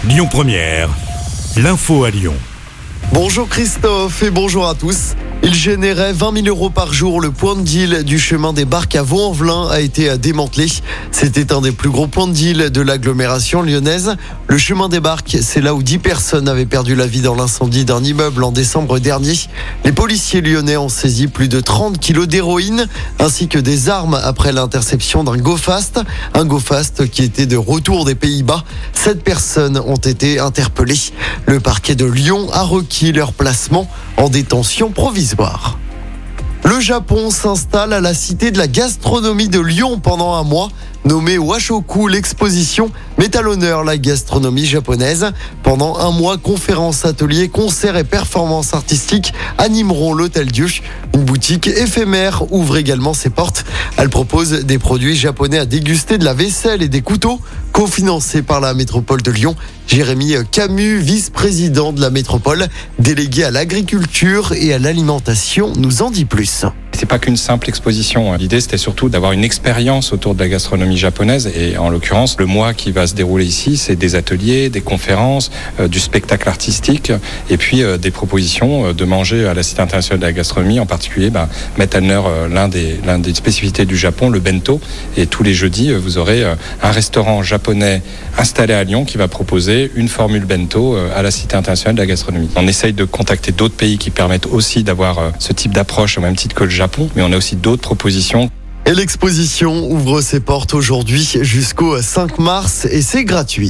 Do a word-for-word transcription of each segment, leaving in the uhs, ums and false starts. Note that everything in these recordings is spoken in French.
Lyon Première, l'info à Lyon. Bonjour Christophe et bonjour à tous. Il générait vingt mille euros par jour. Le point de deal du chemin des Barques à Vaux-en-Velin a été démantelé. C'était un des plus gros points de deal de l'agglomération lyonnaise. Le chemin des Barques, c'est là où dix personnes avaient perdu la vie dans l'incendie d'un immeuble en décembre dernier. Les policiers lyonnais ont saisi plus de trente kilos d'héroïne ainsi que des armes après l'interception d'un go-fast. Un go-fast qui était de retour des Pays-Bas. Sept personnes ont été interpellées. Le parquet de Lyon a requis leur placement en détention provisoire. Le Japon s'installe à la Cité de la gastronomie de Lyon pendant un mois. Nommée Washoku, l'exposition met à l'honneur la gastronomie japonaise. Pendant un mois, conférences, ateliers, concerts et performances artistiques animeront l'Hôtel Dieu. Une boutique éphémère ouvre également ses portes. Elle propose des produits japonais à déguster, de la vaisselle et des couteaux, cofinancés par la métropole de Lyon. Jérémy Camus, vice-président de la métropole, délégué à l'agriculture et à l'alimentation, nous en dit plus. C'est pas qu'une simple exposition. L'idée, c'était surtout d'avoir une expérience autour de la gastronomie japonaise. Et en l'occurrence, le mois qui va se dérouler ici, c'est des ateliers, des conférences, euh, du spectacle artistique, et puis euh, des propositions de manger à la Cité internationale de la gastronomie. En particulier, ben, mettre à l'honneur euh, l'un des, l'un des spécificités du Japon, le bento. Et tous les jeudis, euh, vous aurez euh, un restaurant japonais installé à Lyon qui va proposer une formule bento euh, à la Cité internationale de la gastronomie. On essaye de contacter d'autres pays qui permettent aussi d'avoir euh, ce type d'approche au même titre que le Japon. Mais on a aussi d'autres propositions. Et l'exposition ouvre ses portes aujourd'hui jusqu'au cinq mars et c'est gratuit.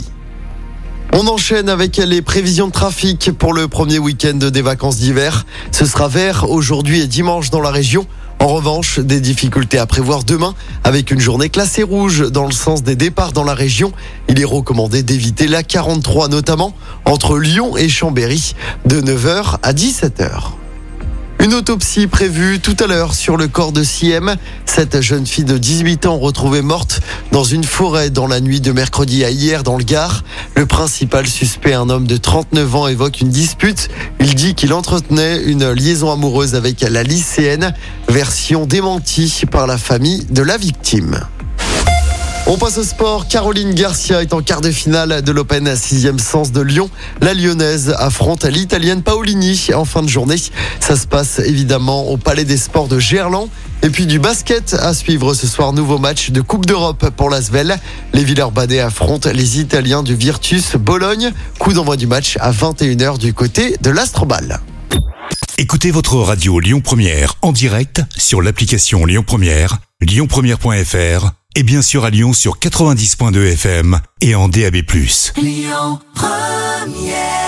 On enchaîne avec les prévisions de trafic pour le premier week-end des vacances d'hiver. Ce sera vert aujourd'hui et dimanche dans la région. En revanche, des difficultés à prévoir demain avec une journée classée rouge dans le sens des départs dans la région. Il est recommandé d'éviter l'A quarante-trois notamment entre Lyon et Chambéry de neuf heures à dix-sept heures. Une autopsie prévue tout à l'heure sur le corps de Siem. Cette jeune fille de dix-huit ans retrouvée morte dans une forêt dans la nuit de mercredi à hier dans le Gard. Le principal suspect, un homme de trente-neuf ans, évoque une dispute. Il dit qu'il entretenait une liaison amoureuse avec la lycéenne. Version démentie par la famille de la victime. On passe au sport. Caroline Garcia est en quart de finale de l'Open sixième Sens de Lyon. La Lyonnaise affronte l'Italienne Paolini en fin de journée. Ça se passe évidemment au Palais des Sports de Gerland. Et puis du basket à suivre ce soir. Nouveau match de Coupe d'Europe pour l'Asvel. Les Villeurbanais affrontent les Italiens du Virtus Bologne. Coup d'envoi du match à vingt et une heures du côté de l'Astrobal. Écoutez votre radio Lyon Première en direct sur l'application Lyon Première, lyon première point f r et bien sûr à Lyon sur quatre-vingt-dix virgule deux F M et en D A B plus. Lyon Première.